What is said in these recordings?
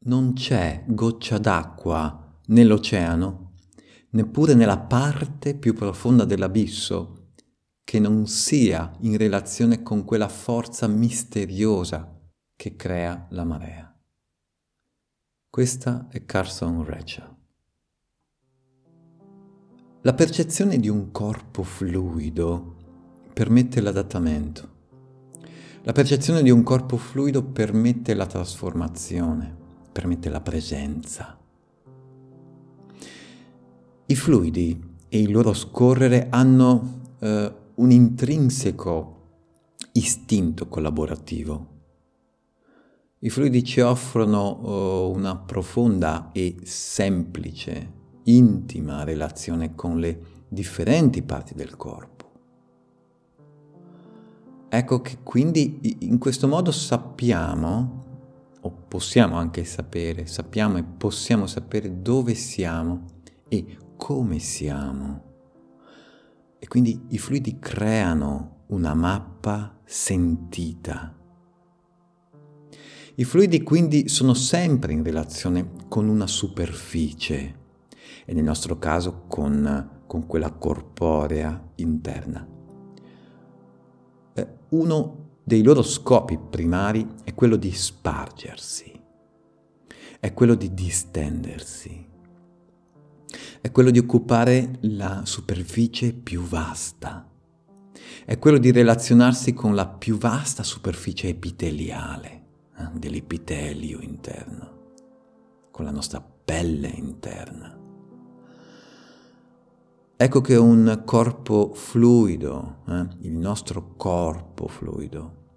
non c'è goccia d'acqua nell'oceano, neppure nella parte più profonda dell'abisso, che non sia in relazione con quella forza misteriosa che crea la marea. Questa è Carson Rachel. La percezione di un corpo fluido permette l'adattamento. La percezione di un corpo fluido permette la trasformazione, permette la presenza. I fluidi e il loro scorrere hanno un intrinseco istinto collaborativo. I fluidi ci offrono una profonda e semplice, intima relazione con le differenti parti del corpo. Ecco che quindi in questo modo sappiamo, o possiamo anche sapere, sappiamo e possiamo sapere dove siamo e come siamo. E quindi i fluidi creano una mappa sentita. I fluidi quindi sono sempre in relazione con una superficie e nel nostro caso con quella corporea interna. Uno dei loro scopi primari è quello di spargersi, è quello di distendersi, è quello di occupare la superficie più vasta, è quello di relazionarsi con la più vasta superficie epiteliale dell'epitelio interno, con la nostra pelle interna. Ecco che un corpo fluido, il nostro corpo fluido,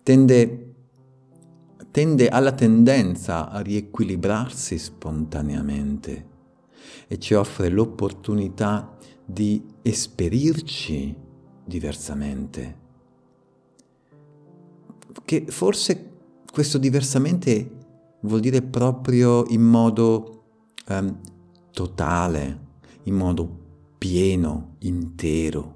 ha la tendenza a riequilibrarsi spontaneamente e ci offre l'opportunità di esperirci diversamente. Che forse questo diversamente vuol dire proprio in modo totale, in modo pieno, intero.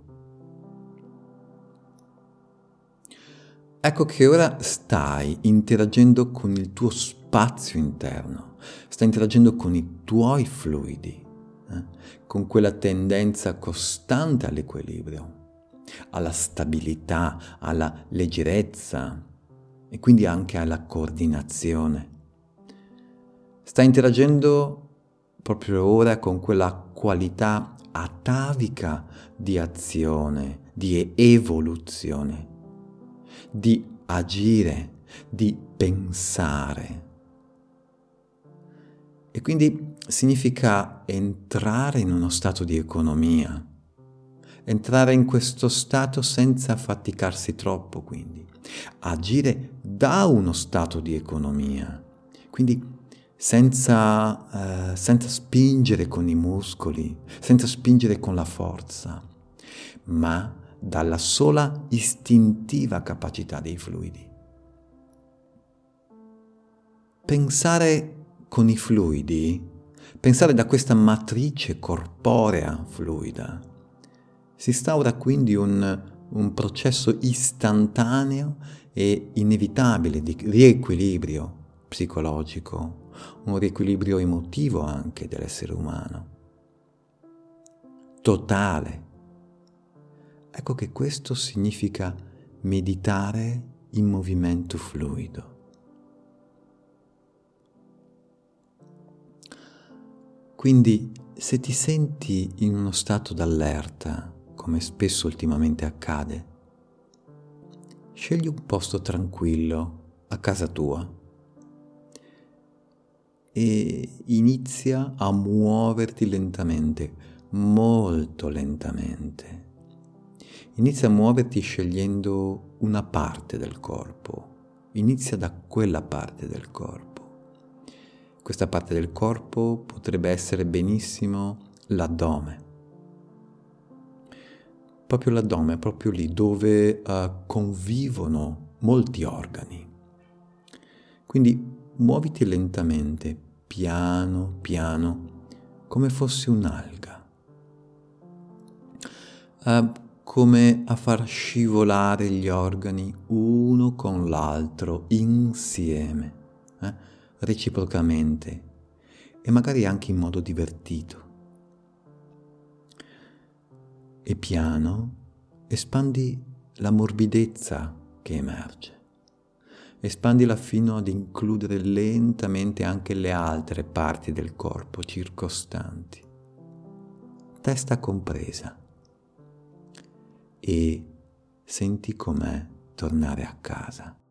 Ecco che ora stai interagendo con il tuo spazio interno, stai interagendo con i tuoi fluidi, con quella tendenza costante all'equilibrio, alla stabilità, alla leggerezza e quindi anche alla coordinazione. Stai interagendo proprio ora con quella qualità atavica di azione, di evoluzione, di agire, di pensare. E quindi significa entrare in uno stato di economia, entrare in questo stato senza affaticarsi troppo, quindi agire da uno stato di economia, quindi senza spingere con i muscoli, senza spingere con la forza, ma dalla sola istintiva capacità dei fluidi. Pensare con i fluidi, pensare da questa matrice corporea fluida, si instaura quindi un processo istantaneo e inevitabile di riequilibrio psicologico, un riequilibrio emotivo anche dell'essere umano, totale. Ecco che questo significa meditare in movimento fluido. Quindi se ti senti in uno stato d'allerta, come spesso ultimamente accade, scegli un posto tranquillo a casa tua e inizia a muoverti lentamente, molto lentamente. Inizia a muoverti scegliendo una parte del corpo. Inizia da quella parte del corpo. Questa parte del corpo potrebbe essere benissimo l'addome. Proprio l'addome, proprio lì dove convivono molti organi. Quindi muoviti lentamente, piano, piano, come fossi un'alga. Come a far scivolare gli organi uno con l'altro insieme, reciprocamente e magari anche in modo divertito. E piano espandi la morbidezza che emerge. Espandila fino ad includere lentamente anche le altre parti del corpo circostanti, testa compresa, e senti com'è tornare a casa.